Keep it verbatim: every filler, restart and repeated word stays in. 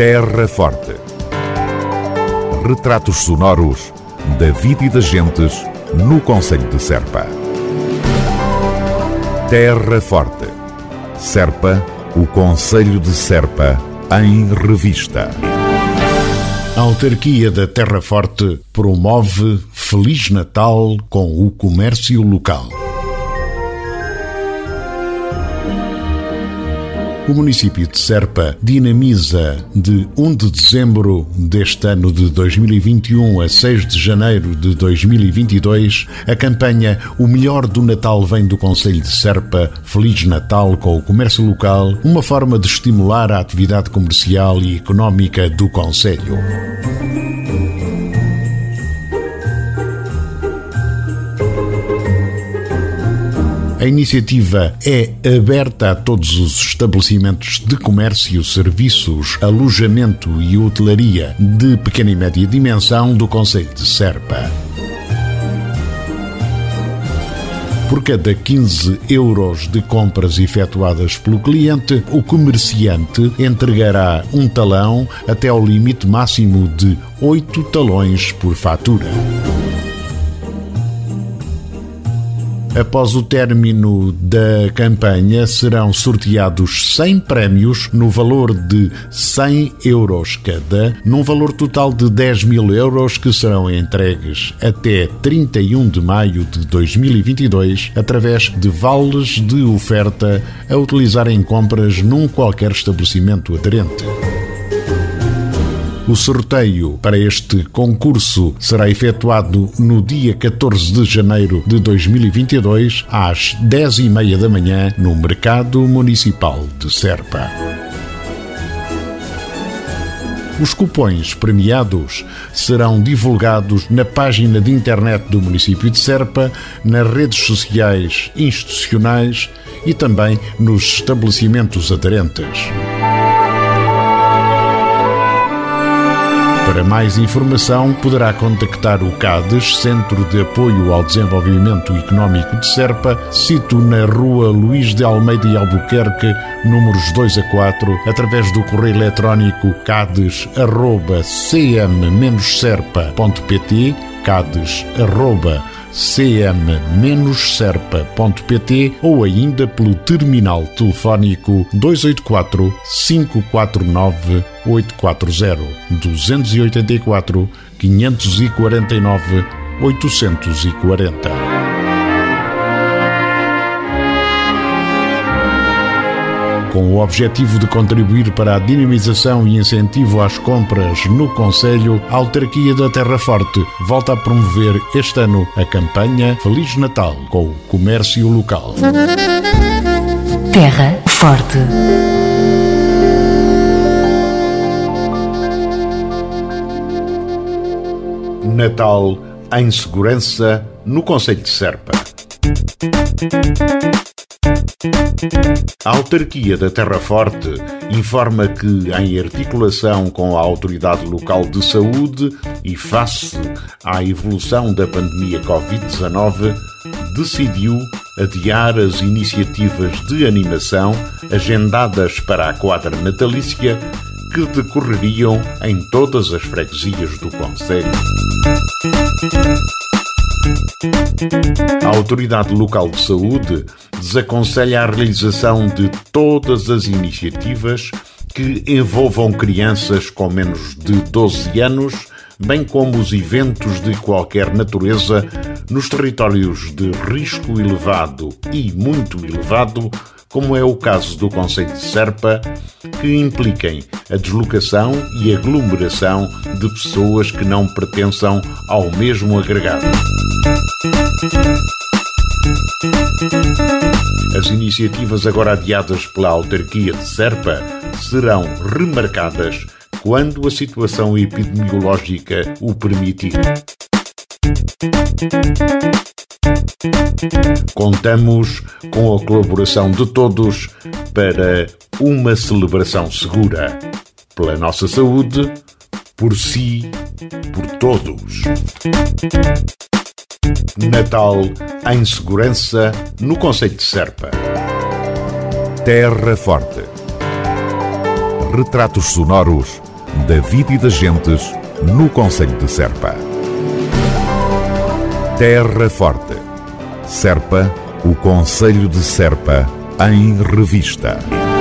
Terra Forte. Retratos sonoros da vida e das gentes no concelho de Serpa. Terra Forte. Serpa, o concelho de Serpa, em revista. A autarquia da Terra Forte promove Feliz Natal com o comércio local. O município de Serpa dinamiza de primeiro de dezembro deste ano de dois mil e vinte e um a seis de janeiro de dois mil e vinte e dois a campanha O Melhor do Natal Vem do Concelho de Serpa, Feliz Natal com o comércio local, uma forma de estimular a atividade comercial e económica do concelho. A iniciativa é aberta a todos os estabelecimentos de comércio, serviços, alojamento e hotelaria de pequena e média dimensão do concelho de Serpa. Por cada quinze euros de compras efetuadas pelo cliente, o comerciante entregará um talão até ao limite máximo de oito talões por fatura. Após o término da campanha, serão sorteados cem prémios no valor de cem euros cada, num valor total de dez mil euros que serão entregues até trinta e um de maio de dois mil e vinte e dois através de vales de oferta a utilizar em compras num qualquer estabelecimento aderente. O sorteio para este concurso será efetuado no dia catorze de janeiro de dois mil e vinte e dois, às dez e meia da manhã, no Mercado Municipal de Serpa. Os cupões premiados serão divulgados na página de internet do município de Serpa, nas redes sociais institucionais e também nos estabelecimentos aderentes. Para mais informação, poderá contactar o CADES, Centro de Apoio ao Desenvolvimento Económico de Serpa, sito na Rua Luís de Almeida e Albuquerque, números dois a quatro, através do correio eletrónico cades arroba c m menos serpa ponto p t, cades arroba c m menos serpa ponto p t ou ainda pelo terminal telefónico dois oito quatro, cinco quatro nove, oito quatro zero, dois oito quatro, cinco quatro nove, oito quatro zero. Com o objetivo de contribuir para a dinamização e incentivo às compras no concelho, a autarquia da Terra Forte volta a promover este ano a campanha Feliz Natal com o comércio local. Terra Forte. Natal em segurança no concelho de Serpa. A autarquia da Terra Forte informa que, em articulação com a Autoridade Local de Saúde e face à evolução da pandemia covid dezanove, decidiu adiar as iniciativas de animação agendadas para a quadra natalícia que decorreriam em todas as freguesias do concelho. A Autoridade Local de Saúde desaconselha a realização de todas as iniciativas que envolvam crianças com menos de doze anos, bem como os eventos de qualquer natureza nos territórios de risco elevado e muito elevado, como é o caso do concelho de Serpa, que impliquem a deslocação e aglomeração de pessoas que não pertençam ao mesmo agregado. As iniciativas agora adiadas pela autarquia de Serpa serão remarcadas quando a situação epidemiológica o permitir. Contamos com a colaboração de todos para uma celebração segura. Pela nossa saúde, por si, por todos. Natal em segurança no concelho de Serpa. Terra Forte. Retratos sonoros da vida e das gentes no concelho de Serpa. Terra Forte. Serpa, o concelho de Serpa, em revista.